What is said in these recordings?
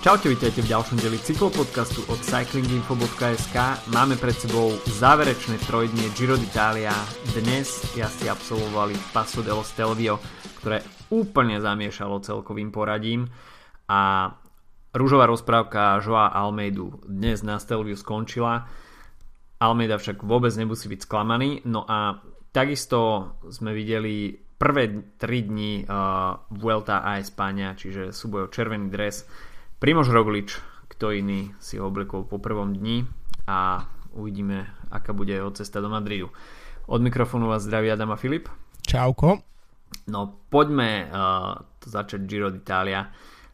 Čaute, vítajte v ďalšom dieli cyklopodcastu od cyclinginfo.sk. Máme pred sebou záverečné trojdnie Giro d'Italia. Dnes jazdci absolvovali Passo dello Stelvio, ktoré úplne zamiešalo celkovým poradím, a ružová rozprávka Joa Almeidu dnes na Stelviu skončila. Almeida však vôbec nemusí byť sklamaný. No a takisto sme videli prvé 3 dni Vuelta a España, čiže súboj o červený dres. Primož Roglič, kto iný, si ho obliekol po prvom dni a uvidíme, aká bude jeho cesta do Madridu. Od mikrofónu vás zdraví Adam a Filip. Čauko. No poďme začať Giro d'Italia.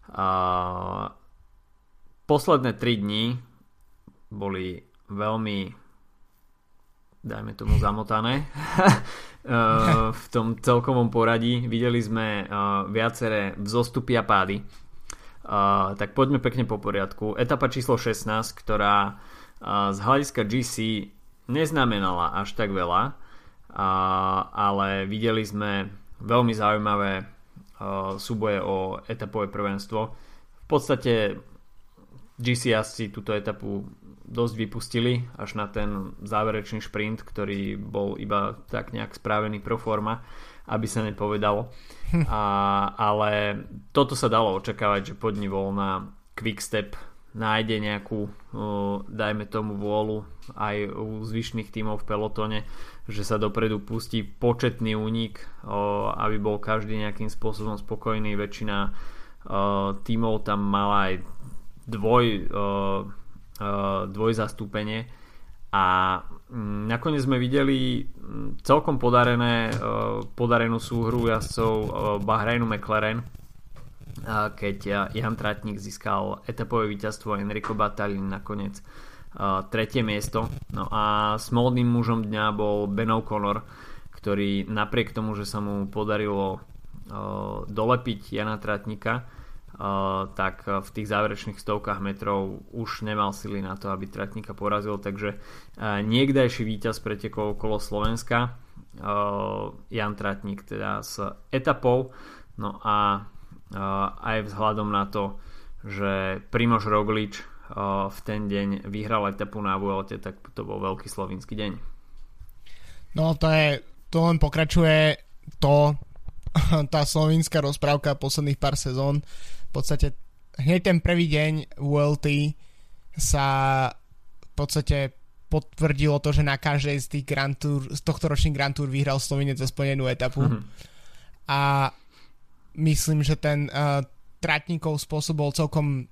Posledné 3 dni boli veľmi, dajme tomu, zamotané v tom celkovom poradí. Videli sme viaceré vzostupy a pády. Tak poďme pekne po poriadku. Etapa číslo 16, ktorá z hľadiska GC neznamenala až tak veľa, ale videli sme veľmi zaujímavé súboje o etapové prvenstvo. V podstate GC jazdci túto etapu dosť vypustili až na ten záverečný šprint, ktorý bol iba tak nejak spravený pro forma, aby sa nepovedalo. Ale toto sa dalo očakávať, že po dni voľna Quickstep nájde nejakú, dajme tomu, vôľu aj u zvyšných tímov v pelotone, že sa dopredu pustí početný únik, aby bol každý nejakým spôsobom spokojný. Väčšina tímov tam mala aj dvojzastúpenie a nakoniec sme videli celkom podarenú súhru jazdcov Bahrainu McLaren, keď Jan Tratník získal etapové víťazstvo, Enrico Battaglia nakoniec 3. miesto. No a smolným mužom dňa bol Ben O'Connor, ktorý napriek tomu, že sa mu podarilo dolepiť Jana Tratníka, tak v tých záverečných stovkách metrov už nemal sily na to, aby Tratníka porazil. Takže niekdajší víťaz pretekov okolo Slovenska, Jan Tratník, teda s etapou. No a aj vzhľadom na to, že Primož Roglič v ten deň vyhral etapu na Vuelte, tak to bol veľký slovinský deň. No to len pokračuje tá slovinská rozprávka posledných pár sezón. V podstate hneď ten prvý deň Vuelty sa v podstate potvrdilo to, že na každej z tých Grand Tour, z tohto ročných Grand Tour vyhral Slovinec aspoň jednu etapu. A myslím, že ten Tratníkov spôsob bol celkom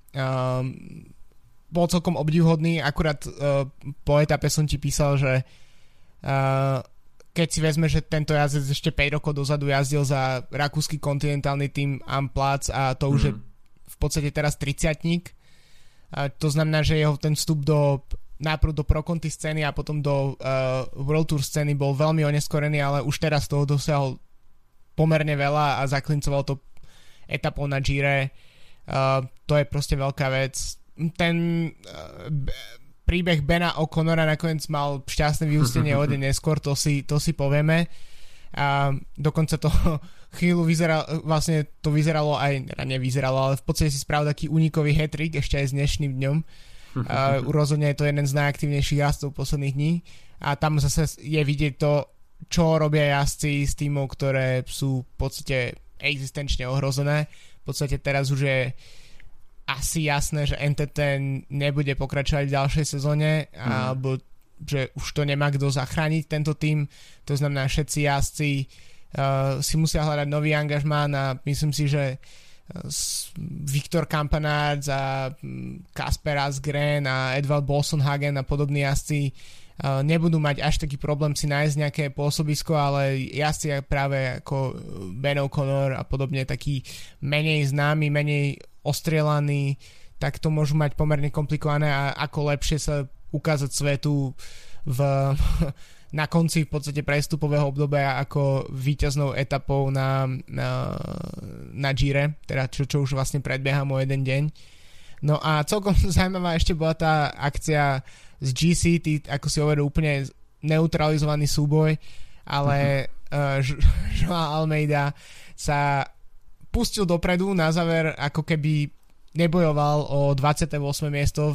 obdivhodný. Akurát po etape som ti písal, že keď si vezme, že tento jazdec ešte 5 rokov dozadu jazdil za rakúsky kontinentálny tým Amplatz a to už je v podstate teraz 30-tník. To znamená, že jeho ten vstup najprv do Pro Conti scény a potom do World Tour scény bol veľmi oneskorený, ale už teraz toho dosiahol pomerne veľa a zaklincoval to etapou na Gire. To je proste veľká vec. Ten príbeh Bena O'Connora nakoniec mal šťastné vyústenie o deň neskôr, to si povieme. A dokonca to chvíľu vyzeralo aj, nevyzeralo, ale v podstate si spravil taký únikový hat-trick ešte aj s dnešným dňom. Rozhodne je to jeden z najaktívnejších jazdcov posledných dní a tam zase je vidieť to, čo robia jazdci s tímov, ktoré sú v podstate existenčne ohrozené. V podstate teraz už je asi jasné, že NTT nebude pokračovať v ďalšej sezóne, alebo že už to nemá kto zachrániť tento tím. To znamená, všetci jazdci si musia hľadať nový angažmán a myslím si, že Viktor Kampenaerts a Kasper Asgreen a Edvald Boasson-Hagen a podobní jazdci nebudú mať až taký problém si nájsť nejaké pôsobisko, ale jazdci práve ako Ben O'Connor a podobne, taký menej známy, menej ostrieľaní, tak to môžu mať pomerne komplikované a ako lepšie sa ukázať svetu na konci v podstate prestupového obdobia ako víťaznou etapou na Gire, teda čo už vlastne predbieham o jeden deň. No a celkom zaujímavá ešte bola tá akcia z GC, ako si hovoril, úplne neutralizovaný súboj, ale Joao Almeida sa pustil dopredu na záver, ako keby nebojoval o 28. miesto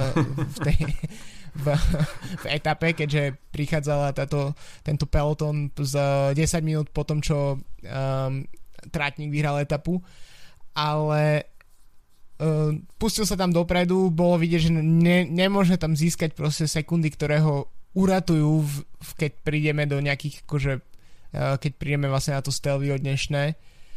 v etape, keďže prichádzala tento peloton z 10 minút po tom, čo trátnik vyhral etapu, ale pustil sa tam dopredu, bolo vidieť, že nemôže tam získať proste sekundy, ktoré ho uratujú, keď prídeme do nejakých, akože, keď prídeme vlastne na to stelvio dnešné,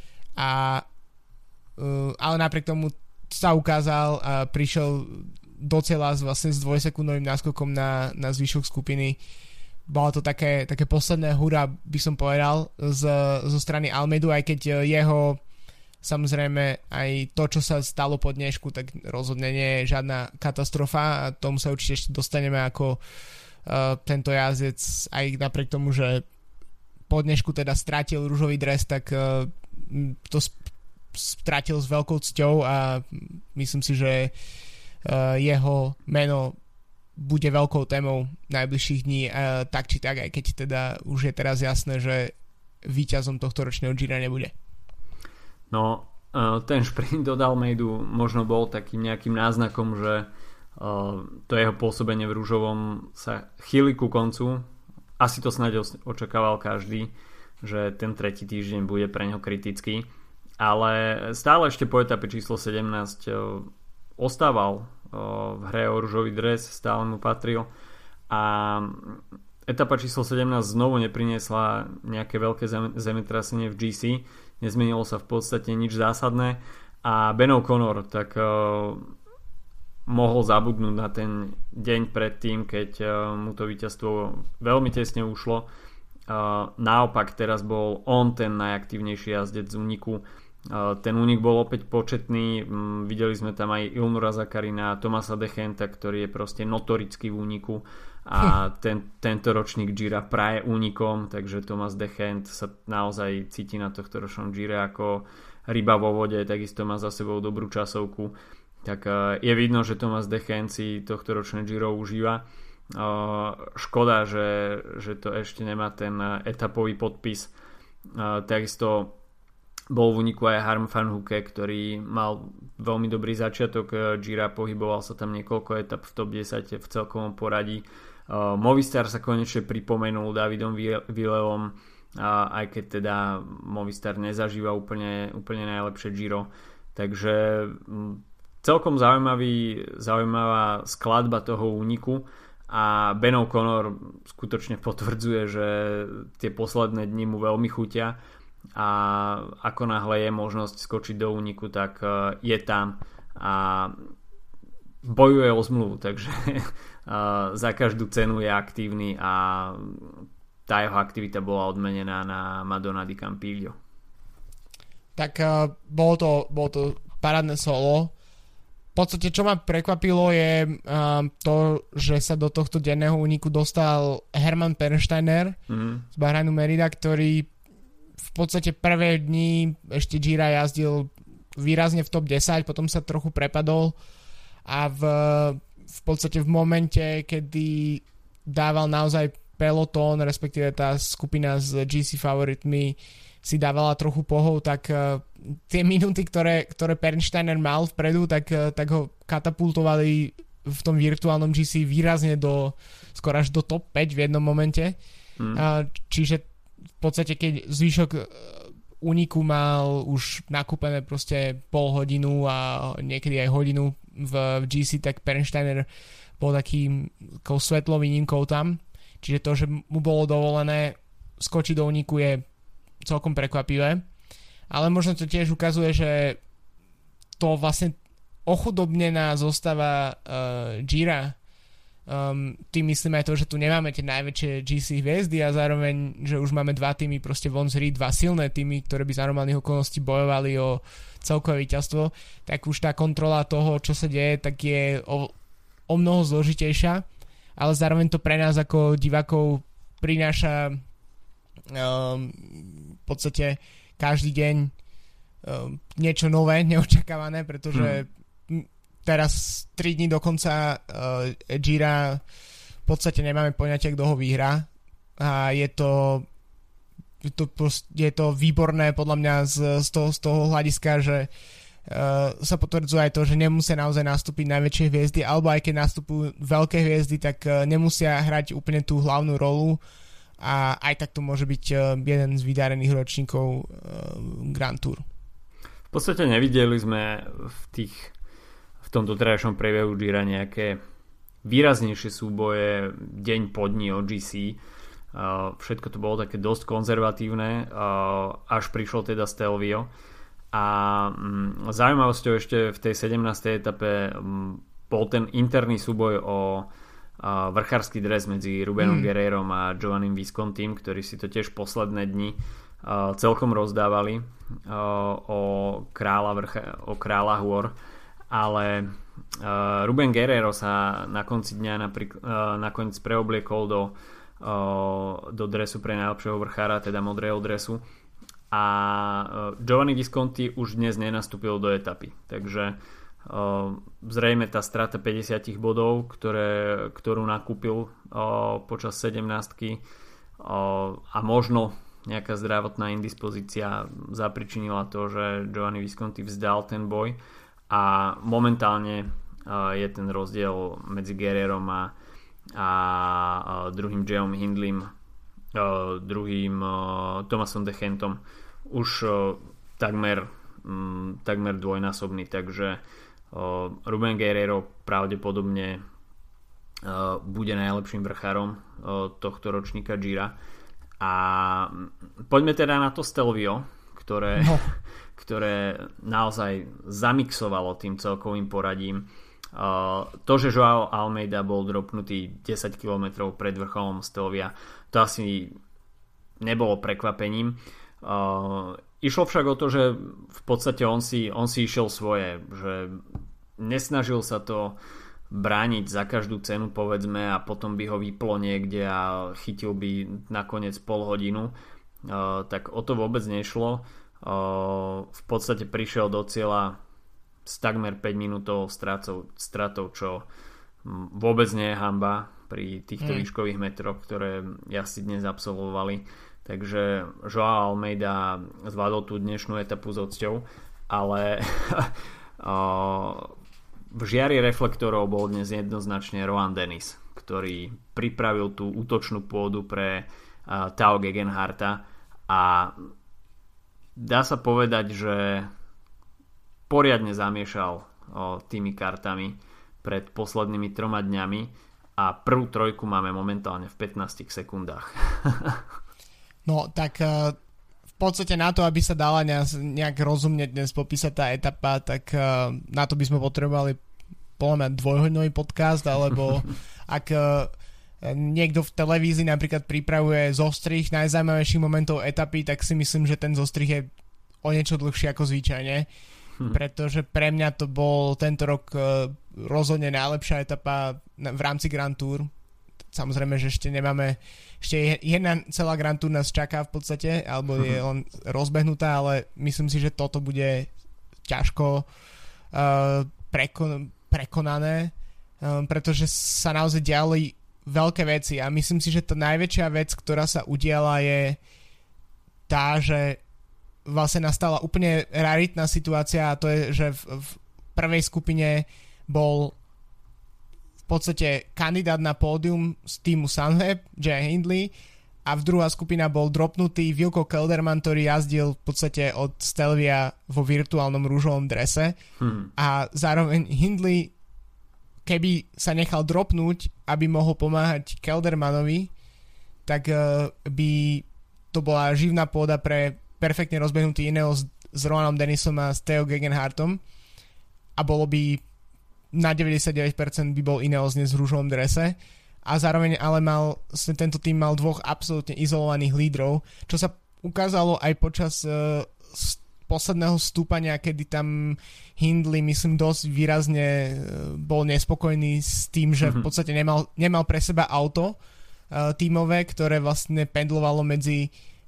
ale napriek tomu sa ukázal a prišiel do cieľa vlastne s dvojsekundovým náskokom na zvyšok skupiny. Bolo to také posledné hurá, by som povedal, zo strany Almeidu, aj keď jeho, samozrejme, aj to, čo sa stalo po dnešku, tak rozhodne nie je žiadna katastrofa a tomu sa určite ešte dostaneme, ako tento jazdec, aj napriek tomu, že po dnešku teda strátil ružový dres, tak to strátil s veľkou cťou a myslím si, že jeho meno bude veľkou témou najbližších dní, tak či tak, aj keď teda už je teraz jasné, že víťazom tohto ročného Gira nebude. No, ten šprint od Almeidu možno bol takým nejakým náznakom, že to jeho pôsobenie v ružovom sa chýli ku koncu. Asi to snáď očakával každý, že ten tretí týždeň bude pre neho kritický, ale stále ešte po etape číslo 17 ostával v hre o ružový dres, stále mu patril a etapa číslo 17 znovu nepriniesla nejaké veľké zemetrasenie v GC, nezmenilo sa v podstate nič zásadné a Ben O'Connor tak mohol zabudnúť na ten deň predtým, keď mu to víťazstvo veľmi tesne ušlo. Naopak teraz bol on ten najaktívnejší jazdec z úniku. Ten únik bol opäť početný, videli sme tam aj Ilnura Zakarina, Thomasa De Genta, ktorý je proste notorický v úniku a tento ročník Gira praje únikom, takže Thomas De Gent sa naozaj cíti na tohto ročnom Gire ako ryba vo vode, takisto má za sebou dobrú časovku, tak je vidno, že Thomas De Gent si tohto ročné Giro užíva. Škoda, že to ešte nemá ten etapový podpis. Takisto bol v úniku aj Harm van Hoeke, ktorý mal veľmi dobrý začiatok Gira, pohyboval sa tam niekoľko etap v top 10 v celkovom poradí. Movistar sa konečne pripomenul Davidom Villevom, aj keď teda Movistar nezažíva úplne najlepšie Giro, takže celkom zaujímavá skladba toho úniku a Ben O'Connor skutočne potvrdzuje, že tie posledné dni mu veľmi chutia a ako náhle je možnosť skočiť do úniku, tak je tam a bojuje o zmluvu, takže za každú cenu je aktívny a tá jeho aktivita bola odmenená na Madonna di Campiglio. Tak bolo to parádne solo. V podstate, čo ma prekvapilo, je to, že sa do tohto denného úniku dostal Hermann Pernsteiner z Bahrainu Merida, ktorý v podstate prvé dni ešte Gira jazdil výrazne v top 10, potom sa trochu prepadol a v podstate v momente, kedy dával naozaj pelotón, respektíve tá skupina s GC favoritmi si dávala trochu pohov, tak tie minúty, ktoré Pernsteiner mal vpredu, tak ho katapultovali v tom virtuálnom GC výrazne skoro až do top 5 v jednom momente. Čiže v podstate, keď zvyšok úniku mal už nakúpené proste pol hodinu a niekedy aj hodinu v GC, tak Pernsteiner bol takým svetlou výnimkou tam. Čiže to, že mu bolo dovolené skočiť do úniku, je celkom prekvapivé. Ale možno to tiež ukazuje, že to vlastne ochudobnená zostava Gira, tým myslím aj to, že tu nemáme tie najväčšie GC hviezdy a zároveň, že už máme dva týmy proste von z hry, dva silné týmy, ktoré by za normálnych okolností bojovali o celkové víťazstvo, tak už tá kontrola toho, čo sa deje, tak je o mnoho zložitejšia, ale zároveň to pre nás ako divákov prináša v podstate každý deň niečo nové, neočakávané, pretože teraz 3 dní do konca Gira v podstate nemáme poňatie, kto ho vyhrá a je to výborné podľa mňa z toho hľadiska, že sa potvrdzuje aj to, že nemusia naozaj nastúpiť najväčšie hviezdy, alebo aj keď nastupujú veľké hviezdy, tak nemusia hrať úplne tú hlavnú rolu a aj tak to môže byť jeden z vydarených ročníkov Grand Tour. V podstate nevideli sme v tomto terajšom priebehu Gira nejaké výraznejšie súboje deň po dni o GC. Všetko to bolo také dosť konzervatívne, až prišlo teda Stelvio. A zaujímavosťou ešte v tej 17. etape bol ten interný súboj o vrchársky dres medzi Rubenom Guerreirom a Giovannim Viscontim, ktorí si to tiež posledné dni celkom rozdávali o kráľa hôr, ale Ruben Guerreiro sa na konci dňa nakoniec preobliekol do dresu pre najlepšieho vrchára, teda modrého dresu, a Giovanni Visconti už dnes nenastúpil do etapy, takže zrejme tá strata 50 bodov, ktorú nakúpil počas 17-ky, a možno nejaká zdravotná indispozícia zapričinila to, že Giovanni Visconti vzdal ten boj, a momentálne je ten rozdiel medzi Guerreirom a druhým Jayom Hindleym, druhým Thomasom de Gentom už takmer dvojnásobný, takže Ruben Guerreiro pravdepodobne bude najlepším vrchárom tohto ročníka Gira. A poďme teda na to Stelvio, ktoré naozaj zamixovalo tým celkovým poradím. To, že Joao Almeida bol dropnutý 10 km pred vrcholom Stelvia, to asi nebolo prekvapením. Išlo však o to, že v podstate on si išiel svoje, že nesnažil sa to brániť za každú cenu, povedzme, a potom by ho vyplo niekde a chytil by nakoniec pol hodinu. Tak o to vôbec nešlo. V podstate prišiel do cieľa s takmer 5 minútovou stratou, čo vôbec nie je hanba pri týchto výškových metroch, ktoré jazdci dnes absolvovali. Takže Joao Almeida zvládol tú dnešnú etapu s odsťou, ale v žiari reflektorov bol dnes jednoznačne Rohan Dennis, ktorý pripravil tú útočnú pôdu pre Tao Gegenharta, a dá sa povedať, že poriadne zamiešal tými kartami pred poslednými 3 dňami, a prvú trojku máme momentálne v 15 sekundách. No tak v podstate na to, aby sa dala nejak rozumne dnes popísať tá etapa, tak na to by sme potrebovali podľa mňa 2-hodinový podcast, alebo ak niekto v televízii napríklad pripravuje zostrih najzaujímavejších momentov etapy, tak si myslím, že ten zostrih je o niečo dlhšie ako zvyčajne, pretože pre mňa to bol tento rok rozhodne najlepšia etapa v rámci Grand Tour. Samozrejme, že ešte jedna celá Grand Tour nás čaká v podstate, alebo je len rozbehnutá, ale myslím si, že toto bude ťažko prekonané, pretože sa naozaj diali veľké veci, a myslím si, že tá najväčšia vec, ktorá sa udiala, je tá, že vlastne nastala úplne raritná situácia, a to je, že v prvej skupine bol v podstate kandidát na pódium z týmu Sunweb, Jay Hindley, a v druhá skupina bol dropnutý Wilco Kelderman, ktorý jazdil v podstate od Stelvia vo virtuálnom rúžovom drese, a zároveň Hindley, keby sa nechal dropnúť, aby mohol pomáhať Keldermanovi, tak by to bola živná pôda pre perfektne rozbehnutý Ineos s Rohanom Dennisom a s Theo Gegenhartom, a bolo by na 99% by bol Ineos dnes v rúžovom drese, a zároveň ale tento tým mal 2 absolútne izolovaných lídrov, čo sa ukázalo aj počas posledného stúpania, kedy tam Hindley, myslím, dosť výrazne bol nespokojný s tým, že v podstate nemal pre seba auto tímové, ktoré vlastne pendlovalo medzi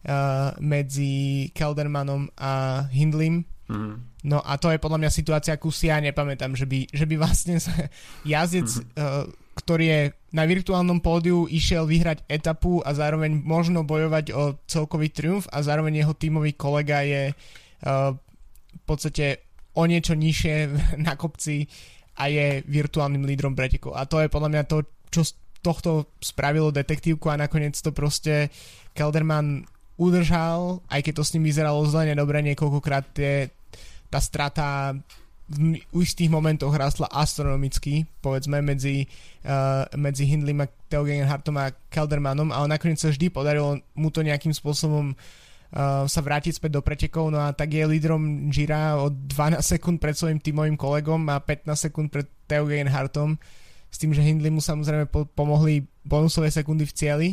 Keldermanom a Hindleym. No a to je podľa mňa situácia, akú si ja nepamätám, že by vlastne jazdec, ktorý je na virtuálnom pódiu, išiel vyhrať etapu a zároveň možno bojovať o celkový triumf, a zároveň jeho tímový kolega je v podstate o niečo nižšie na kopci a je virtuálnym lídrom pretekov. A to je podľa mňa to, čo z tohto spravilo detektívku a nakoniec to proste Kelderman udržal, aj keď to s ním vyzeralo zle nedobre niekoľkokrát, tá strata v istých momentoch rastla astronomicky, povedzme, medzi Hindleym a Theo Gegenhardtom a Keldermanom, ale nakoniec sa vždy podarilo mu to nejakým spôsobom sa vrátiť späť do pretekov, no a tak je lídrom Gira o 12 sekúnd pred svojim tímovým kolegom a 15 sekúnd pred Theo Gegenhardtom, s tým, že Hindley mu samozrejme pomohli bonusové sekundy v cieli.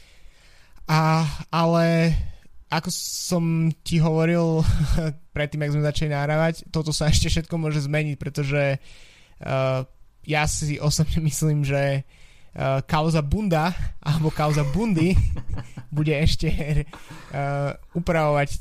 Ale ako som ti hovoril predtým, ak sme začali nahrávať, toto sa ešte všetko môže zmeniť, pretože ja si osobne myslím, že kauza Bunda alebo kauza Bundy bude ešte upravovať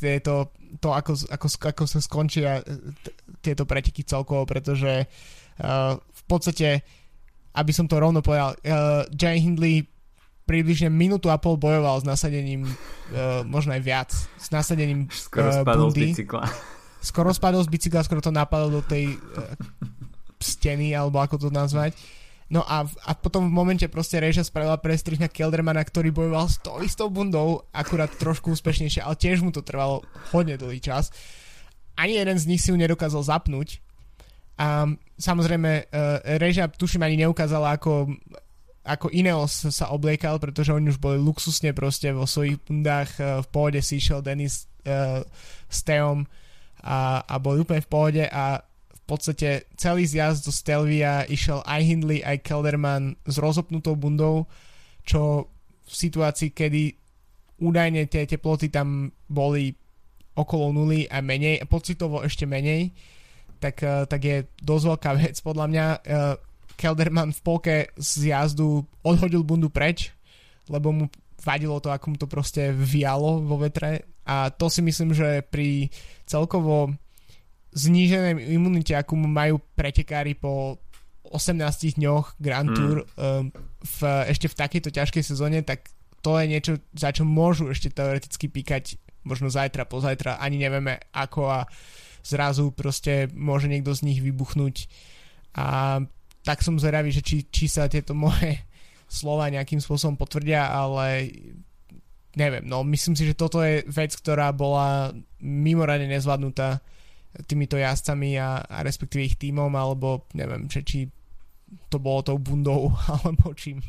ako sa skončia tieto preteky celkovo, pretože v podstate, aby som to rovno povedal, Jay Hindley približne minútu a pol bojoval s nasadením, možno aj viac, s nasadením skoro spadol z bicykla. Skoro spadol z bicykla, skoro to napadlo do tej steny, alebo ako to nazvať. No a potom v momente proste Reža spravila prestrih na Keldermana, ktorý bojoval s tou istou Bundou, akurát trošku úspešnejšie, ale tiež mu to trvalo hodne dlhý čas. Ani jeden z nich si ju nedokázal zapnúť. A samozrejme Reža tuším ani neukázala, ako Ineos sa obliekal, pretože oni už boli luxusne proste vo svojich bundách, v pohode si išiel Denis s Theom a boli úplne v pohode a v podstate celý zjazd do Stelvia išiel aj Hindley, aj Kelderman s rozopnutou bundou, čo v situácii, kedy údajne tie teploty tam boli okolo nuly a menej, pocitovo ešte menej, tak je dosť veľká vec podľa mňa. Kelderman v polke z jazdu odhodil bundu preč, lebo mu vadilo to, ako mu to proste vialo vo vetre, a to si myslím, že pri celkovo zníženej imunite, akú majú pretekári po 18 dňoch Grand Tour ešte v takejto ťažkej sezóne, tak to je niečo, za čo môžu ešte teoreticky píkať možno zajtra, pozajtra, ani nevieme ako, a zrazu proste môže niekto z nich vybuchnúť. A tak som zvedavý, že či sa tieto moje slova nejakým spôsobom potvrdia, ale neviem, no myslím si, že toto je vec, ktorá bola mimoriadne nezvládnutá týmito jazdcami a respektíve ich tímom, alebo neviem, či to bolo tou bundou alebo čím.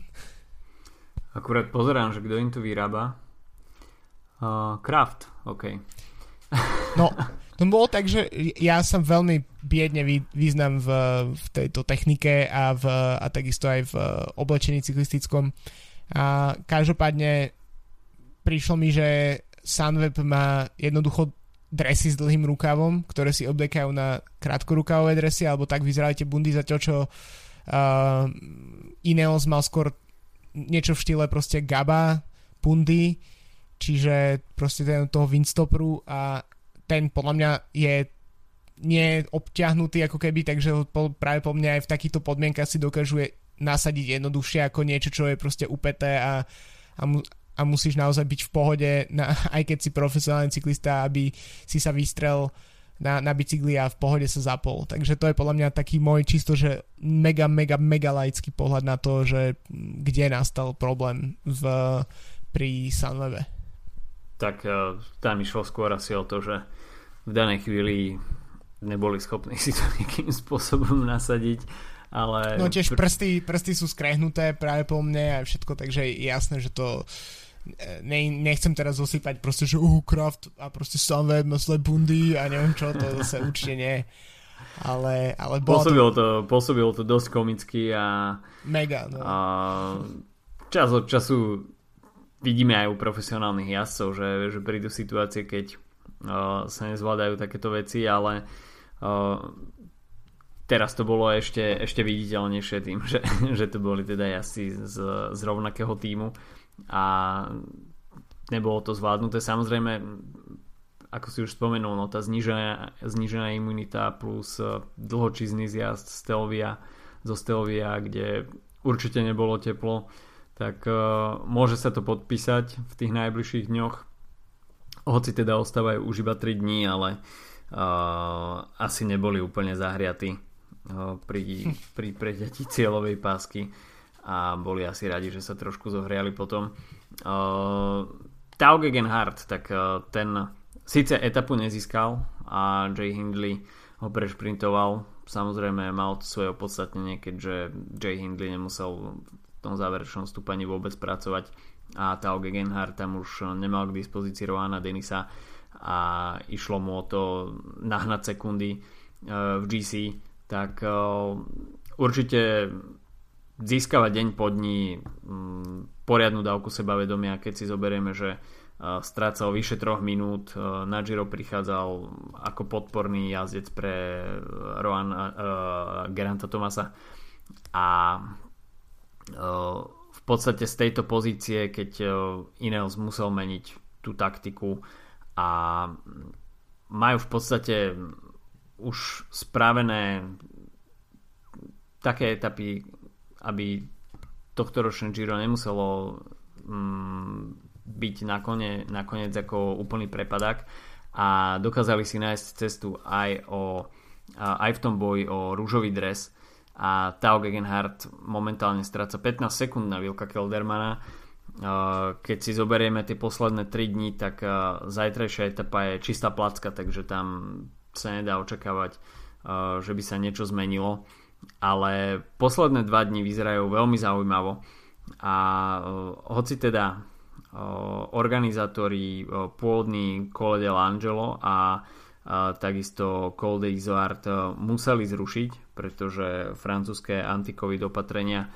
Akurát pozerám, že kto im to vyrába. Kraft, OK. No, to bolo tak, že ja sa veľmi biedne význam v tejto technike a takisto aj v oblečení cyklistickom. A každopádne prišlo mi, že Sunweb má jednoducho dresy s dlhým rukavom, ktoré si obliekajú na krátkorukavové dresy, alebo tak vyzerali tie bundy, zatiaľ čo Ineos mal skôr niečo v štýle proste Gaba bundy, čiže proste toho windstopperu, a ten podľa mňa je nie obťahnutý ako keby, takže práve po mňa aj v takýchto podmienkach si dokážu nasadiť jednoduchšie ako niečo, čo je proste upäté a musíš naozaj byť v pohode, aj keď si profesionálny cyklista, aby si sa vystrel na bicykli a v pohode sa zapol. Takže to je podľa mňa taký môj čisto, že mega laický pohľad na to, že kde nastal problém pri Sunwebe. Tak tam išlo skôr asi o to, že v danej chvíli neboli schopní si to nejakým spôsobom nasadiť, ale... No tiež prsty sú skrehnuté práve po mne a všetko, takže je jasné, že to nechcem teraz zosypať proste, že Kraft a proste Sunweb na svoje bundy a neviem čo, to zase určite nie. Ale pôsobilo to dosť komicky a mega, no. A čas od času vidíme aj u profesionálnych jazdcov, že prídu situácie, keď sa nezvládajú takéto veci, ale teraz to bolo ešte viditeľnejšie tým, že to boli teda jazdci z rovnakého tímu a nebolo to zvládnuté. Samozrejme, ako si už spomenul, no tá znížená imunita plus dlhočízny zjazd zo Stelvia, kde určite nebolo teplo, tak môže sa to podpísať v tých najbližších dňoch, hoci teda ostávajú už iba 3 dní, ale asi neboli úplne zahriatí pri preťatí cieľovej pásky a boli asi radi, že sa trošku zohriali potom. Tao Geoghegan Hart, tak ten síce etapu nezískal a Jay Hindley ho prešprintoval. Samozrejme mal to svoje opodstatnenie, keďže Jay Hindley nemusel v tom záverečnom stúpaní vôbec pracovať a Tao Geoghegan Hart tam už nemal k dispozícii Rowana Dennisa a išlo mu o to nahnať sekundy v GC, tak určite získava deň po dni poriadnu dávku sebavedomia, keď si zoberieme, že strácal vyše 3 minút, na Giro prichádzal ako podporný jazdec pre Geranta Thomasa a v podstate z tejto pozície, keď Ineos musel meniť tú taktiku a majú v podstate už spravené také etapy, aby tohtoročné Giro nemuselo byť nakoniec ako úplný prepadak a dokázali si nájsť cestu aj v tom boji o rúžový dres a Tao Geoghegan Hart momentálne stráca 15 sekúnd na Wilka Keldermana. Keď si zoberieme tie posledné 3 dní, tak zajtrajšia etapa je čistá placka, takže tam sa nedá očakávať, že by sa niečo zmenilo, ale posledné 2 dní vyzerajú veľmi zaujímavo a hoci teda organizátori pôvodný Colle dell'Angelo a takisto Col d'Izoard museli zrušiť, pretože francúzske anti-covid opatrenia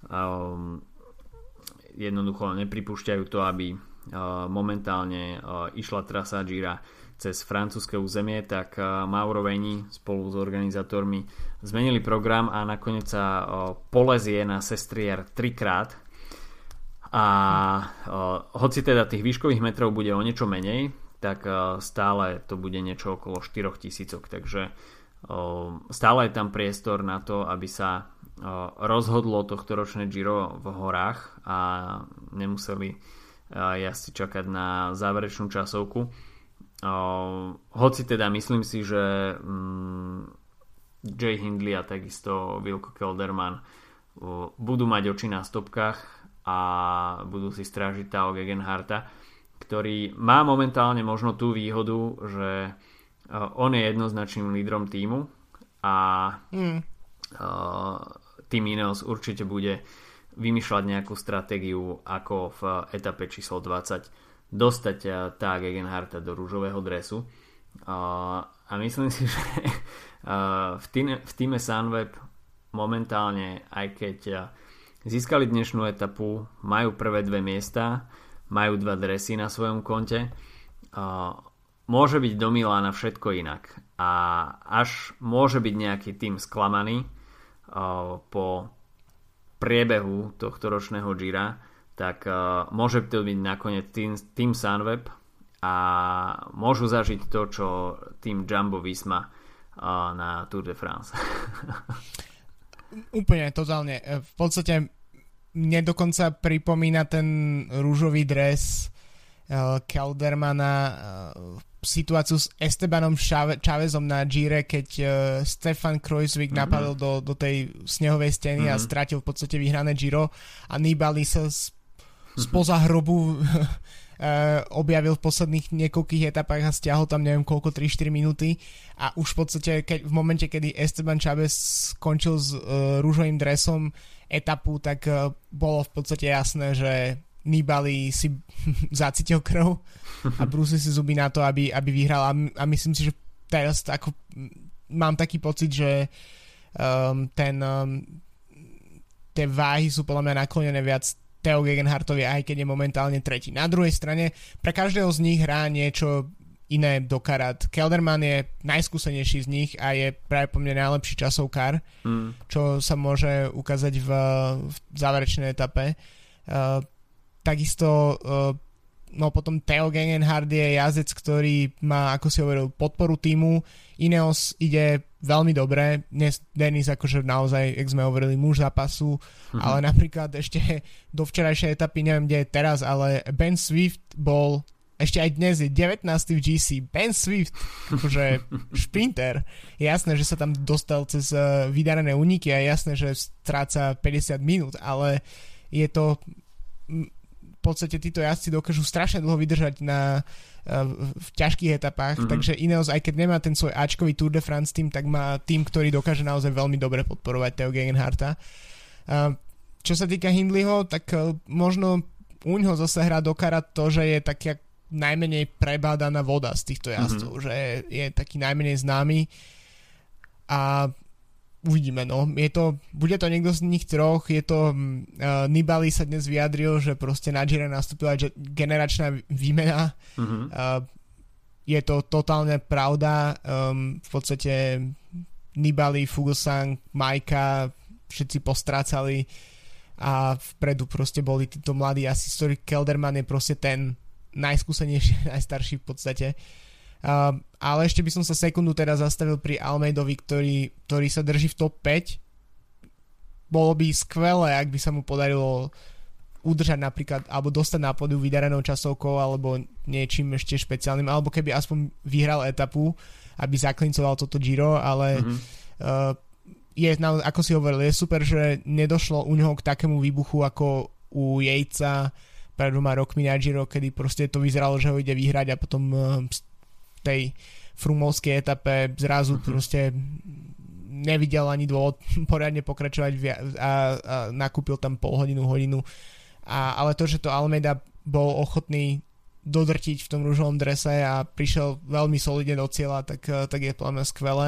jednoducho nepripúšťajú to, aby momentálne išla trasa Gira cez francúzske územie, tak Mauro Veni spolu s organizátormi zmenili program a nakoniec sa polezie na Sestriere 3-krát a hoci teda tých výškových metrov bude o niečo menej, tak stále to bude niečo okolo 4000, takže stále je tam priestor na to, aby sa rozhodlo tohtoročné Giro v horách a nemuseli jazdci čakať na záverečnú časovku. Hoci teda myslím si, že Jay Hindley a takisto Wilco Kelderman budú mať oči na stopkách a budú si strážiť Tao Geoghegan Harta, ktorý má momentálne možno tú výhodu, že on je jednoznačným lídrom tímu a tým Ineos určite bude vymýšľať nejakú stratégiu, ako v etape číslo 20 dostať Tao Geoghegan Harta do rúžového dresu. A myslím si, že v týme Sunweb momentálne, aj keď získali dnešnú etapu, majú prvé 2 miesta, majú 2 dresy na svojom konte, môže byť do Milána všetko inak a až môže byť nejaký tým sklamaný po priebehu tohto ročného Gira, tak môže to byť nakoniec tým Sunweb a môžu zažiť to, čo tým Jumbo Visma na Tour de France. Úplne, totálne. V podstate mne dokonca pripomína ten rúžový dres Keldermana situáciu s Estebanom Chávezom na Gire, keď Stefan Kruijswijk napadol do tej snehovej steny a stratil v podstate vyhrané Giro a Nibali sa spoza hrobu objavil v posledných niekoľkých etapách a stiahol tam neviem koľko, 3-4 minúty a už v podstate v momente, kedy Esteban Chávez skončil s rúžovým dresom etapu, tak bolo v podstate jasné, že Nibali si zacítil krv a brúsil si zuby na to, aby vyhral a myslím si, že teraz ako, mám taký pocit, že tie váhy sú podľa mňa naklonené viac Tao Geoghegan Hartovi, aj keď je momentálne tretí. Na druhej strane, pre každého z nich hrá niečo iné do karát. Kelderman je najskúsenejší z nich a je práve po mne najlepší časovkár, čo sa môže ukázať v záverečnej etape. Takisto potom Tao Geoghegan Hart je jazdec, ktorý má, ako si hovoril, podporu týmu. Ineos ide veľmi dobre. Dnes Dennis akože naozaj, jak sme hovorili, muž zápasu, ale napríklad ešte do včerajšej etapy, neviem, kde je teraz, ale Ben Swift bol ešte aj dnes je 19. v GC, Ben Swift, akože šprinter. Je jasné, že sa tam dostal cez vydarené úniky a je jasné, že stráca 50 minút, ale je to v podstate títo jazdci dokážu strašne dlho vydržať v ťažkých etapách, takže Ineos, aj keď nemá ten svoj Ačkový Tour de France tým, tak má tým, ktorý dokáže naozaj veľmi dobre podporovať Theo Gegenharta. Čo sa týka Hindleyho, tak možno u ňoho zase hrá do karát to, že je tak najmenej prebádaná voda z týchto jazdcov, že je taký najmenej známy a uvidíme, no. Bude to niekto z nich troch, je to Nibali sa dnes vyjadril, že proste na Gire nastúpila generačná výmena. Je to totálne pravda, v podstate Nibali, Fuglsang, Majka všetci postrácali a vpredu proste boli títo mladí asistori. Kelderman je proste ten najskúsenejší, najstarší v podstate. Ale ešte by som sa sekundu teda zastavil pri Almeidovi, ktorý sa drží v top 5. Bolo by skvelé, ak by sa mu podarilo udržať napríklad, alebo dostať na pódium vydarenou časovkou, alebo niečím ešte špeciálnym, alebo keby aspoň vyhral etapu, aby zaklincoval toto Giro, ale ako si hovoril, je super, že nedošlo u neho k takému výbuchu ako u Yatesa pred 2 rokmi na Giro, kedy proste to vyzeralo, že ho ide vyhrať a potom v tej frumovskej etape zrazu proste nevidel ani dôvod poriadne pokračovať a nakúpil tam hodinu. Ale to, že to Almeida bol ochotný dodrtiť v tom ružovom drese a prišiel veľmi solidne do cieľa, tak je podľa mňa skvelé.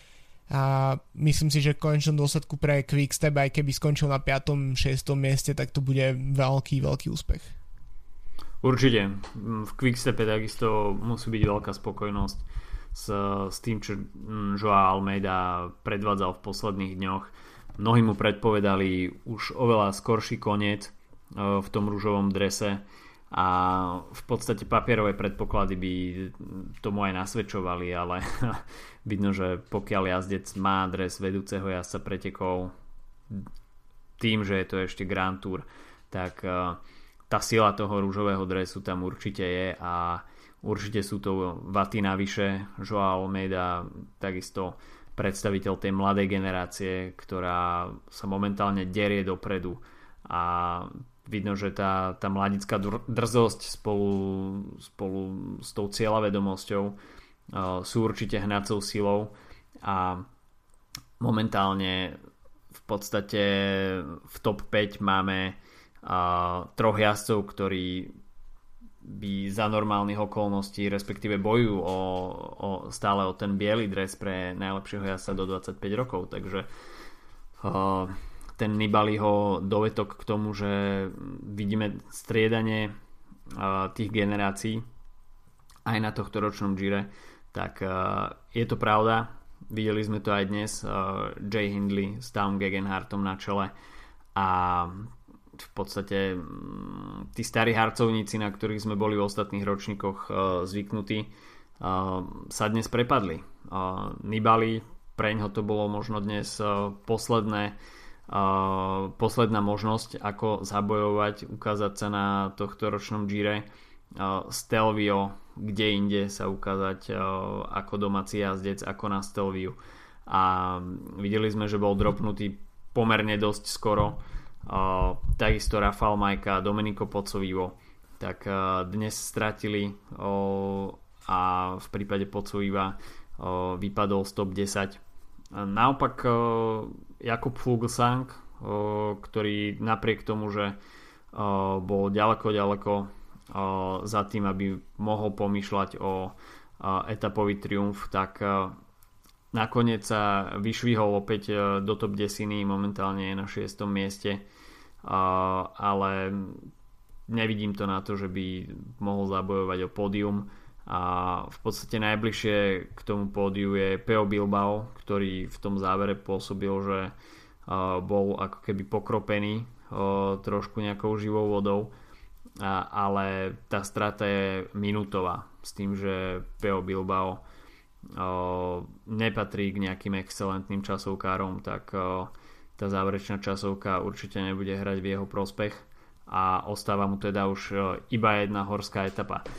A myslím si, že v konečnom dôsledku pre Quickstep, aj keby skončil na 5. 6. mieste, tak to bude veľký úspech. Určite. V Quickstepe takisto musí byť veľká spokojnosť s tým, čo Joao Almeida predvádzal v posledných dňoch. Mnohí mu predpovedali už oveľa skorší koniec v tom ružovom drese a v podstate papierové predpoklady by tomu aj nasvedčovali, ale vidno, že pokiaľ jazdec má dres vedúceho jazdca pretekov tým, že je to ešte Grand Tour, tak tá sila toho ružového dresu tam určite je a určite sú to vaty navyše. Joao Almeida takisto predstaviteľ tej mladej generácie, ktorá sa momentálne derie dopredu a vidno, že tá mladická drzosť spolu s tou cieľavedomosťou sú určite hnacou silou a momentálne v podstate v top 5 máme troch jazdcov, ktorí by za normálnych okolností respektíve bojujú stále o ten biely dres pre najlepšieho jazdca do 25 rokov, takže ten Nibaliho dovetok k tomu, že vidíme striedanie tých generácií aj na tohto ročnom Gire, tak je to pravda. Videli sme to aj dnes, Jay Hindley s Tom Gegenhartom na čele a v podstate tí starí harcovníci, na ktorých sme boli v ostatných ročníkoch zvyknutí, sa dnes prepadli. Nibali, preňho to bolo možno dnes posledná možnosť, ako zabojovať, ukázať sa na tohto ročnom Gire. Stelvio, kde inde sa ukázať ako domáci jazdec, ako na Stelviu. A videli sme, že bol dropnutý pomerne dosť skoro. Takisto Rafał Majka, Domenico Pozzovivo, tak dnes stratili a v prípade Pozzoviva vypadol z top 10. Naopak Jakub Fuglsang, ktorý napriek tomu, že bol ďaleko za tým, aby mohol pomýšľať o etapový triumf, tak nakoniec sa vyšvihol opäť do top 10, momentálne je na 6. mieste, ale nevidím to na to, že by mohol zabojovať o pódium a v podstate najbližšie k tomu pódiu je Peo Bilbao, ktorý v tom závere pôsobil, že bol ako keby pokropený trošku nejakou živou vodou, ale tá strata je minútová s tým, že Peo Bilbao nepatrí k nejakým excelentným časovkárom, tak tá záverečná časovka určite nebude hrať v jeho prospech a ostáva mu teda už iba jedna horská etapa.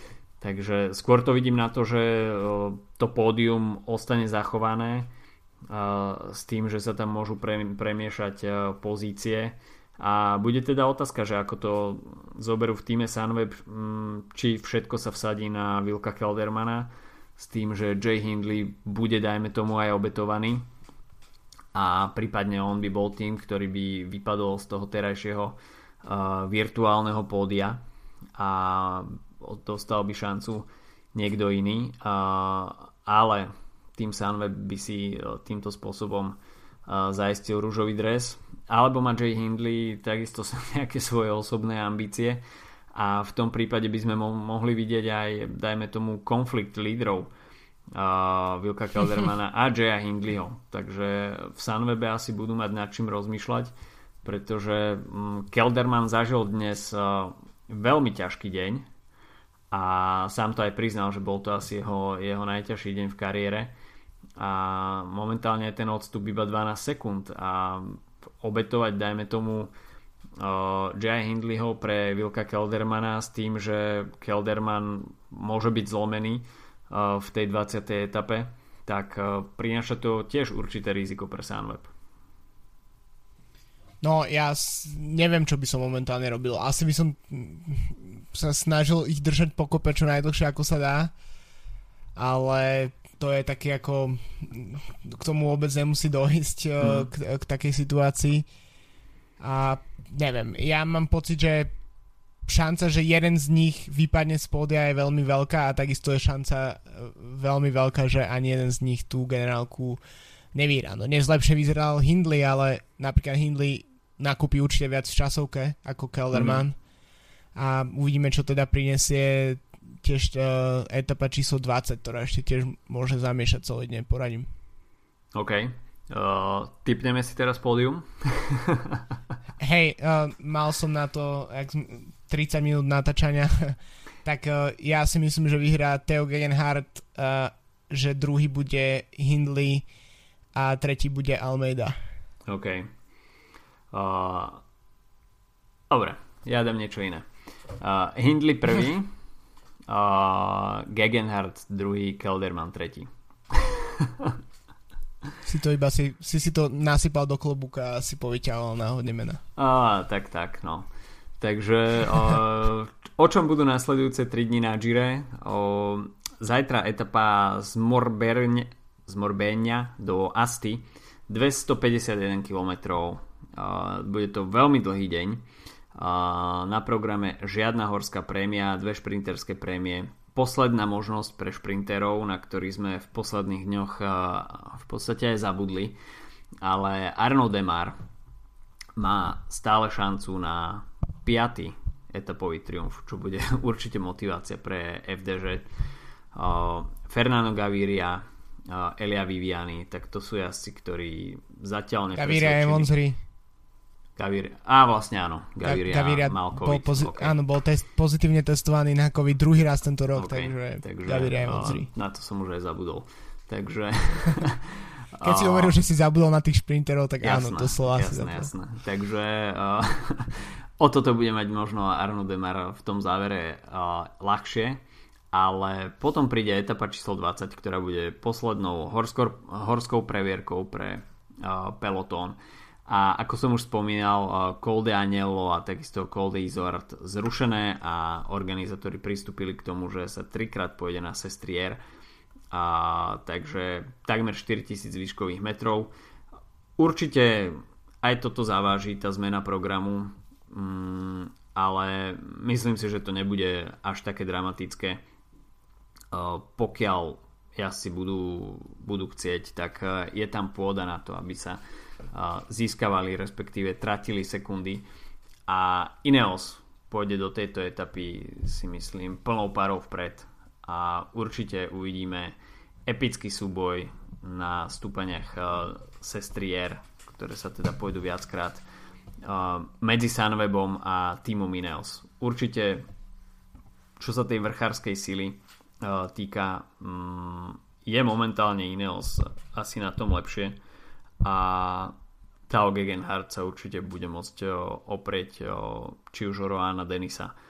Takže skôr to vidím na to, že to pódium ostane zachované s tým, že sa tam môžu premiešať pozície. A bude teda otázka, že ako to zoberú v týme Sunweb, či všetko sa vsadí na Wilka Keldermana s tým, že Jay Hindley bude, dajme tomu, aj obetovaný a prípadne on by bol tým, ktorý by vypadol z toho terajšieho virtuálneho pódia a dostal by šancu niekto iný, ale tým Sunweb by si týmto spôsobom zaistil ružový dres, alebo má Jay Hindley takisto nejaké svoje osobné ambície a v tom prípade by sme mohli vidieť aj, dajme tomu, konflikt lídrov Wilka Keldermana a Jaya Hindleyho. Takže v Sunwebe asi budú mať nad čím rozmýšľať, pretože Kelderman zažil dnes veľmi ťažký deň a sám to aj priznal, že bol to asi jeho najťažší deň v kariére a momentálne je ten odstup iba 12 sekúnd a obetovať, dajme tomu, Jaya Hindleyho pre Wilka Keldermana s tým, že Kelderman môže byť zlomený v tej 20. etape, tak prináša to tiež určité riziko pre Sunweb. No ja neviem, čo by som momentálne robil. Asi by som sa snažil ich držať pokope čo najdlhšie ako sa dá, ale to je taký ako k tomu vôbec nemusí dojsť k takej situácii a neviem, ja mám pocit, že šanca, že jeden z nich vypadne z pódia je veľmi veľká a takisto je šanca veľmi veľká, že ani jeden z nich tú generálku nevyhrá. No dnes lepšie vyzeral Hindley, ale napríklad Hindley nakúpi určite viac v časovke ako Kelderman a uvidíme, čo teda prinesie tiež etapa číslo 20, ktorá ešte tiež môže zamiešať celý deň, poradím. OK. Tipneme si teraz pódium. Hej, mal som na to 30 minút natáčania, tak ja si myslím, že vyhrá Theo Gegenhardt, že druhý bude Hindley a tretí bude Almeida. OK. Dobre, ja dám niečo iné. Hindley prvý, Gegenhardt druhý, Kelderman tretí. Si to iba si to nasypal do klobúka a si povyťahoval náhodne mena. Tak, no. Takže o čom budú nasledujúce 3 dni na Gire? Zajtra etapa z Morbeňa do Asti, 251 km. Bude to veľmi dlhý deň. Na programe žiadna horská prémia, 2 šprinterské prémie, posledná možnosť pre šprinterov, na ktorých sme v posledných dňoch v podstate aj zabudli, ale Arnaud Démare má stále šancu na 5. etapový triumf, čo bude určite motivácia pre FDŽ. Fernando Gaviria, Elia Viviani, tak to sú jazdci, ktorí zatiaľ nepresvedčili. Gaviria je Monzri. Vlastne áno, Gaviria mal COVID. Áno, bol pozitívne testovaný na COVID druhý raz tento rok, takže Gaviria je Monzri. Na to som už aj zabudol. Takže keď si hovoril, že si zabudol na tých šprinterov, tak jasné, áno, to slova si zabudol. Jasné. Takže o toto bude mať možno Arnaud Démare v tom závere ľahšie, ale potom príde etapa číslo 20, ktorá bude poslednou horskou previerkou pre pelotón. A ako som už spomínal, Col de Agnello a takisto Col de Isard zrušené a organizátori pristúpili k tomu, že sa 3-krát pôjde na Sestriere, takže takmer 4000 výškových metrov. Určite aj toto zaváži tá zmena programu, ale myslím si, že to nebude až také dramatické. Pokiaľ jazdci budú chcieť, tak je tam pôda na to, aby sa získavali, respektíve tratili sekundy a Ineos pôjde do tejto etapy, si myslím, plnou parou vpred a určite uvidíme epický súboj na stúpaniach Sestriere, ktoré sa teda pôjdu viackrát medzi Sunwebom a tímom Ineos. Určite, čo sa tej vrchárskej sily týka, je momentálne Ineos asi na tom lepšie a Theo Gegenhardt sa určite bude môcť oprieť či už o Roana Denisa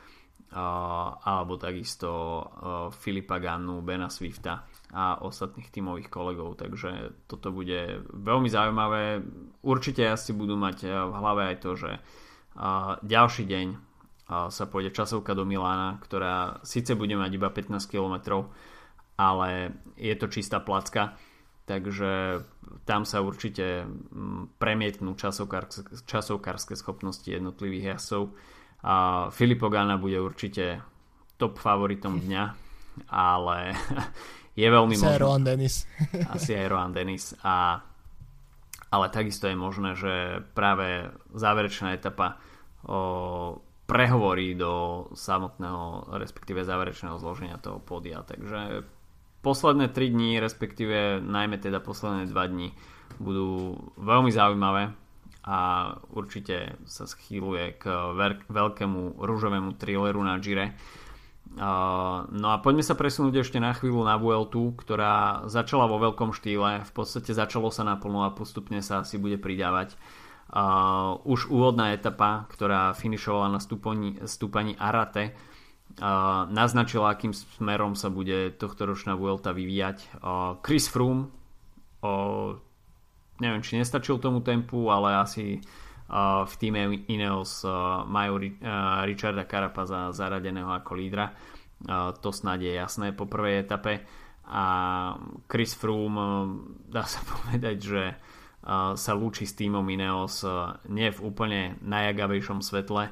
alebo takisto Filipa Gannu, Bena Swifta a ostatných tímových kolegov, takže toto bude veľmi zaujímavé. Určite asi budú mať v hlave aj to, že ďalší deň sa pôjde časovka do Milána, ktorá síce bude mať iba 15 km, ale je to čistá placka, takže tam sa určite premietnú časovkárske schopnosti jednotlivých jazdcov. Filippo Ganna bude určite top favoritom dňa, ale je veľmi možné. Asi aj Rohan Dennis. Ale takisto je možné, že práve záverečná etapa prehovorí do samotného, respektíve záverečného zloženia toho pódia. Takže posledné 3 dní, respektíve najmä teda posledné 2 dní budú veľmi zaujímavé a určite sa schýluje k veľkému ružovému thrilleru na Gire. No a poďme sa presunúť ešte na chvíľu na Vueltu, ktorá začala vo veľkom štýle, v podstate začalo sa naplno a postupne sa asi bude pridávať. Už úvodná etapa, ktorá finišovala na stúpaní Arate, naznačila, akým smerom sa bude tohtoročná Vuelta vyvíjať. Chris Froome, neviem, či nestačil tomu tempu, ale asi v týme Ineos majú Richarda Carapaza zaradeného ako lídra. To snáď je jasné po prvej etape. A Chris Froome, dá sa povedať, že sa lúči s týmom Ineos nie v úplne najagavejšom svetle.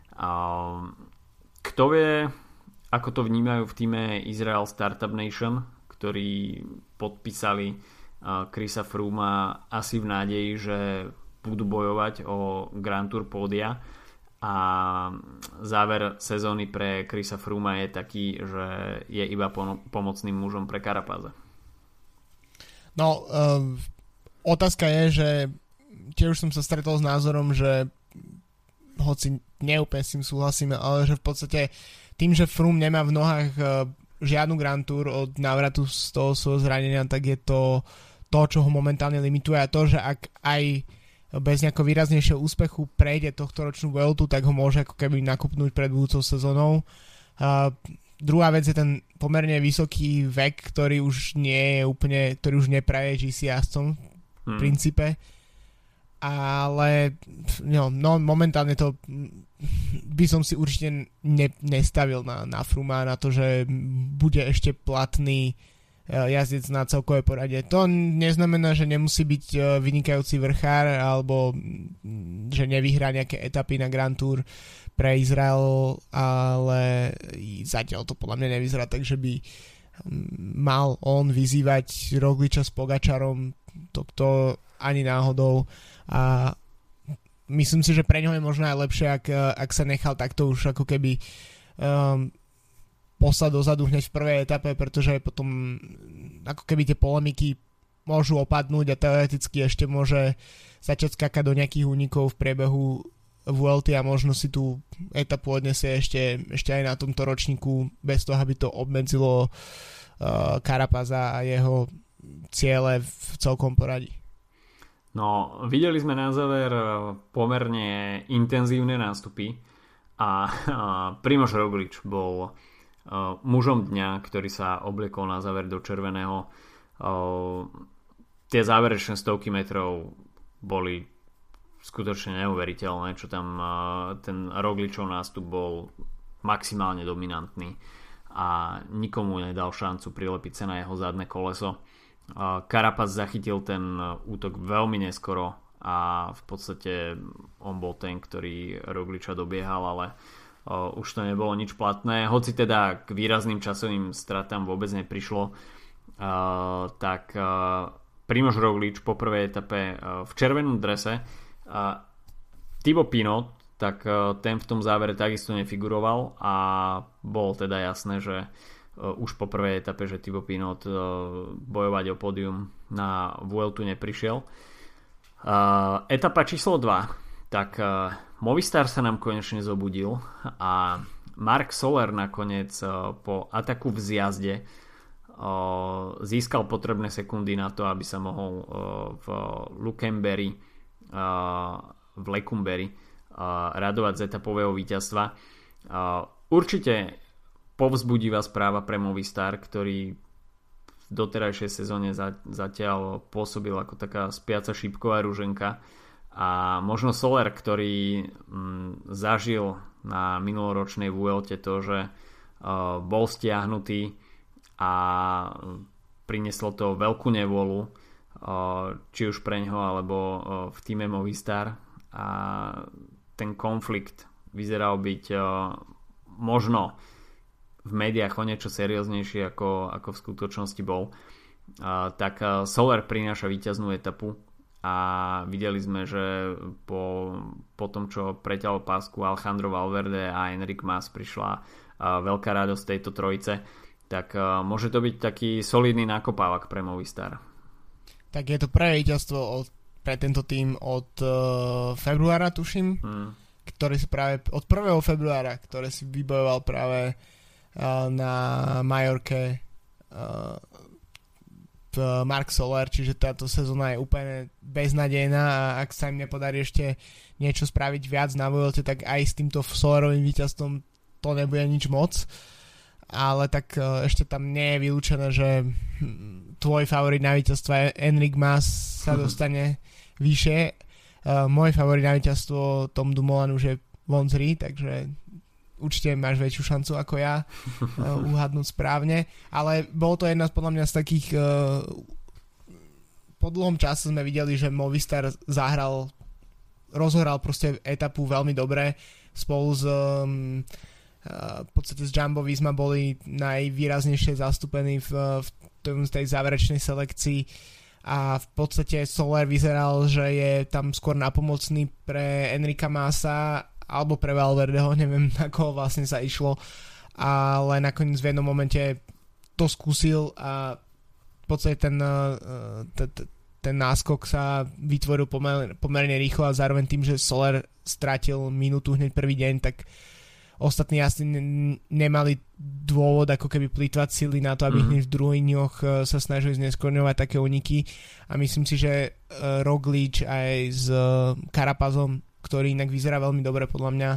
Kto vie, ako to vnímajú v týme Israel Startup Nation, ktorí podpísali Chrisa Frooma asi v nádeji, že budú bojovať o Grand Tour pódia, a záver sezóny pre Chrisa Frooma je taký, že je iba pomocným mužom pre Carapaza. No, otázka je, že tiež som sa stretol s názorom, že hoci neúplne s tým súhlasíme, ale že v podstate tým, že Froome nemá v nohách žiadnu Grand Tour od návratu z toho svojho zranenia, tak je to, čo ho momentálne limituje, a to, že ak aj bez nejakého výraznejšieho úspechu prejde tohtoročnú Vueltu, tak ho môže ako keby nakopnúť pred budúcou sezónou. Druhá vec je ten pomerne vysoký vek, ktorý už nie je úplne, ktorý už nepraje GC jazdcom v princípe. Ale no, momentálne to by som si určite nestavil na Frooma, na to, že bude ešte platný jazdec na celkové poradie. To neznamená, že nemusí byť vynikajúci vrchár alebo že nevyhrá nejaké etapy na Grand Tour pre Izrael, ale zatiaľ to podľa mňa nevyzerá tak, že by mal on vyzývať Rogliča s Pogačarom, to ani náhodou, a myslím si, že pre ňo je možno aj lepšie, ak sa nechal takto už ako keby poslať dozadu hneď v prvej etape, pretože potom ako keby tie polemiky môžu opadnúť a teoreticky ešte môže začať skakať do nejakých únikov v priebehu Vuelty a možno si tú etapu odnesie ešte aj na tomto ročníku bez toho, aby to obmedzilo Carapaza a jeho ciele v celkom poradí. No, videli sme na záver pomerne intenzívne nástupy a Primož Roglič bol mužom dňa, ktorý sa obliekol na záver do červeného. Tie záverečné stovky metrov boli skutočne neuveriteľné, čo tam ten Rogličov nástup bol maximálne dominantný a nikomu nedal šancu prilepiť sa na jeho zadné koleso. Carapaz zachytil ten útok veľmi neskoro a v podstate on bol ten, ktorý Rogliča dobiehal, ale už to nebolo nič platné. Hoci teda k výrazným časovým stratám vôbec neprišlo, tak Primož Roglič po prvej etape v červenom drese, Thibaut Pinot, tak ten v tom závere takisto nefiguroval a bolo teda jasné, že už po prvej etape, že Thibaut Pinot bojovať o pódium na Vueltu neprišiel. Etapa číslo 2, tak Movistar sa nám konečne zobudil a Marc Soler nakoniec po ataku v zjazde získal potrebné sekundy na to, aby sa mohol v Lecumberri radovať z etapového víťazstva. Určite povzbudivá správa pre Movistar, ktorý v doterajšej sezóne zatiaľ pôsobil ako taká spiaca šípková ruženka, a možno Soler, ktorý zažil na minuloročnej Vuelte to, že bol stiahnutý a prinieslo to veľkú nevôľu, či už pre ňoho alebo v týme Movistar, a ten konflikt vyzeral byť možno v médiách o niečo serióznejší ako v skutočnosti bol, tak Soler prináša víťaznú etapu a videli sme, že po tom, čo preťal pásku Alejandro Valverde a Enric Mas, prišla veľká radosť tejto trojice, tak môže to byť taký solidný nákopávak pre Movistar. Tak je to prvé víťazstvo pre tento tým od februára, tuším, ktorý si práve od 1. februára, ktoré si vybojoval práve na Majorke Marc Soler, čiže táto sezóna je úplne beznadejná, a ak sa im nepodarí ešte niečo spraviť viac na Vuelte, tak aj s týmto Solerovým víťazstvom to nebude nič moc, ale tak ešte tam nie je vylúčené, že tvoj favorit na víťazstvo Enric Mas sa dostane vyššie. Môj favorit na víťazstvo Tom Dumoulin už je Vonzri, takže určite máš väčšiu šancu ako ja uhadnúť správne, ale bolo to jedna podľa mňa z takých po dlhom čase sme videli, že Movistar rozohral proste etapu veľmi dobre spolu s v podstate z Jumbo Visma boli najvýraznejšie zastúpení v tej záverečnej selekcii, a v podstate Soler vyzeral, že je tam skôr napomocný pre Enrica Masa alebo pre Valverdeho, neviem, na koho vlastne sa išlo, ale nakoniec v jednom momente to skúsil a v podstate ten náskok sa vytvoril pomerne rýchlo, a zároveň tým, že Soler stratil minútu hneď prvý deň, tak ostatní asi nemali dôvod ako keby plýtvať sily na to, aby hneď v druhých dňoch sa snažili zneskôrňovať také úniky, a myslím si, že Roglič aj s Carapazom, ktorý inak vyzerá veľmi dobre podľa mňa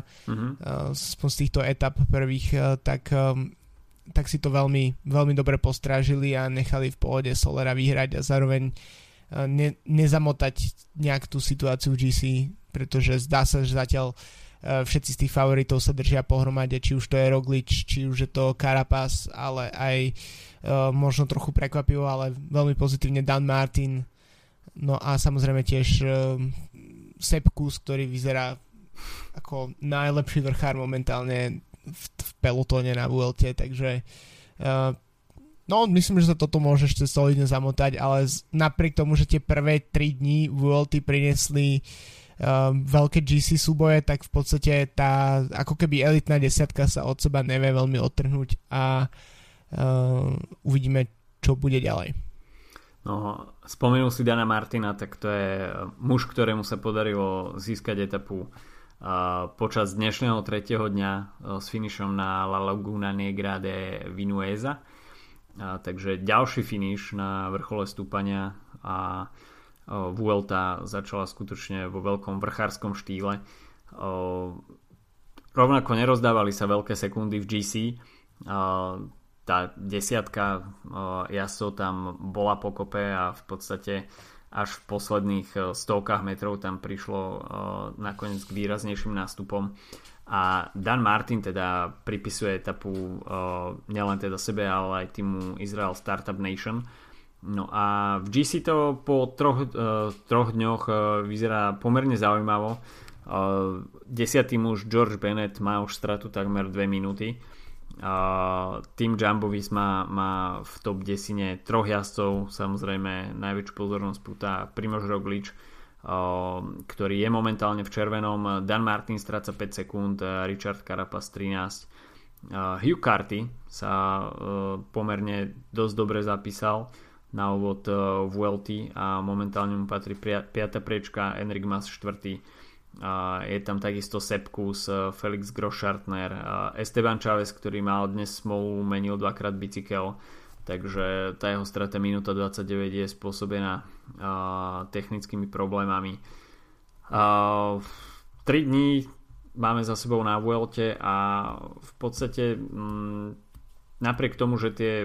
z týchto etap prvých, tak si to veľmi, veľmi dobre postrážili a nechali v pohode Solera vyhrať a zároveň nezamotať nejak tú situáciu v GC, pretože zdá sa, že zatiaľ všetci z tých favoritov sa držia pohromade, či už to je Roglič, či už je to Carapaz, ale aj možno trochu prekvapivo, ale veľmi pozitívne Dan Martin, no a samozrejme tiež Sepp Kuss, ktorý vyzerá ako najlepší vrchár momentálne v pelotóne na Vuelte, takže no myslím, že sa toto môže ešte solidne zamotať, ale napriek tomu, že tie prvé 3 dní Vuelty priniesli veľké GC súboje, tak v podstate tá ako keby elitná desiatka sa od seba nevie veľmi odtrhnúť, a uvidíme, čo bude ďalej. No, spomenul si Dana Martina, tak to je muž, ktorému sa podarilo získať etapu počas dnešného 3. dňa s finišom na La Laguna Negra de Vinuesa, takže ďalší finiš na vrchole stúpania, a Vuelta začala skutočne vo veľkom vrchárskom štýle. Rovnako nerozdávali sa veľké sekundy v GC. Tá desiatka jazdcov tam bola pokope a v podstate až v posledných stovkách metrov tam prišlo nakoniec k výraznejším nástupom. A Dan Martin teda pripisuje etapu nielen teda sebe, ale aj týmu Israel Startup Nation. No a v GC to po troch dňoch vyzerá pomerne zaujímavo. 10. muž George Bennett má už stratu takmer 2 minúty. Tým Jumbo Visma má v top 10 troch jazdcov, samozrejme najväčšiu pozornosť púta Primož Roglič, ktorý je momentálne v červenom. Dan Martin stráca 5 sekúnd, Richard Carapaz 13. Hugh Carty sa pomerne dosť dobre zapísal na úvod Vuelty a momentálne mu patrí 5. priečka, Enric Mas 4. Je tam takisto Sepp Kuss, Felix Grossschartner, Esteban Chavez, ktorý mal dnes smolu, menil 2-krát bicykel, takže tá jeho strata minúta 29 je spôsobená technickými problémami. 3 dní máme za sebou na Vuelte a v podstate napriek tomu, že tie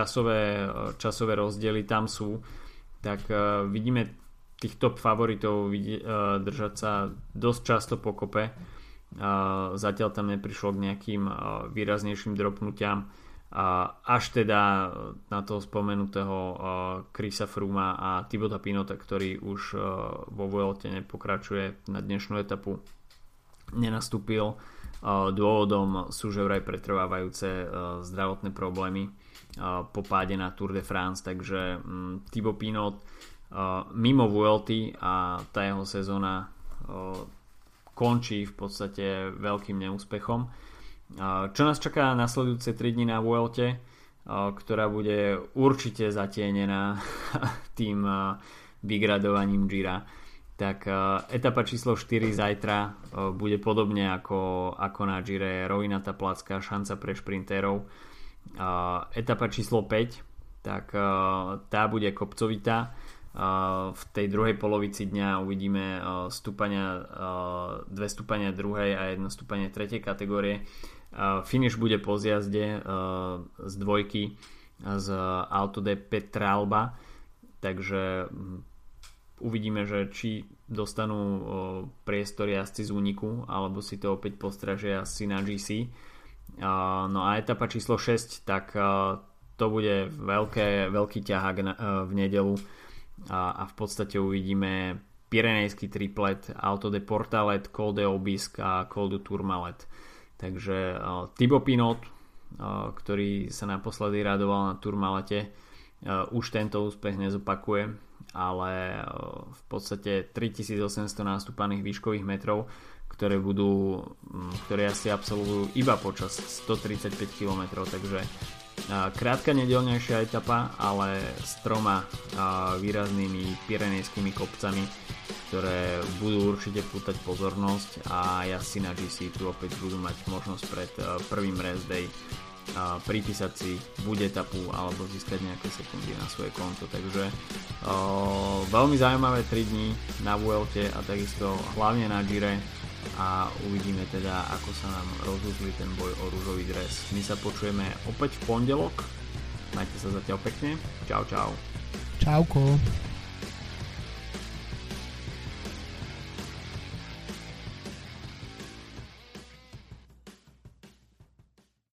časové rozdiely tam sú, tak vidíme tých top favoritov držať sa dosť často pokope. Zatiaľ tam neprišlo k nejakým výraznejším dropnutiam, až teda na toho spomenutého Chrisa Frooma a Thibauta Pinota, ktorý už vo Vuelte nepokračuje, na dnešnú etapu nenastúpil. Dôvodom sú že vraj pretrvávajúce zdravotné problémy po páde na Tour de France, takže Thibaut Pinot mimo Vuelty a tá jeho sezóna končí v podstate veľkým neúspechom. Čo nás čaká nasledujúce 3 dni na Vuelte, ktorá bude určite zatienená tým vygradovaním Gira, tak etapa číslo 4 zajtra bude podobne ako na Gire Rovinata Placka, šanca pre šprinterov. Etapa číslo 5, tak tá bude kopcovitá. V tej druhej polovici dňa uvidíme 2 stúpania druhej a 1 stúpanie tretej kategórie. Finish bude po zjazde z dvojky z Alto de Petralba, takže uvidíme, že či dostanú priestor jazdci z úniku, alebo si to opäť postražia jazdci na GC. No a etapa číslo 6, tak to bude veľký ťahák v nedeľu a v podstate uvidíme Pyrenejský triplet, Alto de Portalet, Col de Aubisque a Col du Tourmalet. Takže Thibaut Pinot, ktorý sa naposledy radoval na Tourmalete, už tento úspech nezopakuje, ale v podstate 3800 nástupaných výškových metrov, ktoré asi absolvujú iba počas 135 km, takže krátka nedeľnejšia etapa, ale s 3 výraznými pyrenejskými kopcami, ktoré budú určite pútať pozornosť a jazdci na GC tu opäť budú mať možnosť pred prvým rest day pripísať si buď etapu alebo získať nejaké sekundy na svoje konto, takže veľmi zaujímavé 3 dní na Vuelte a takisto hlavne na Gire a uvidíme teda, ako sa nám rozuzlí ten boj o ružový dres. My sa počujeme opäť v pondelok, majte sa zatiaľ pekne, čau. Čauko.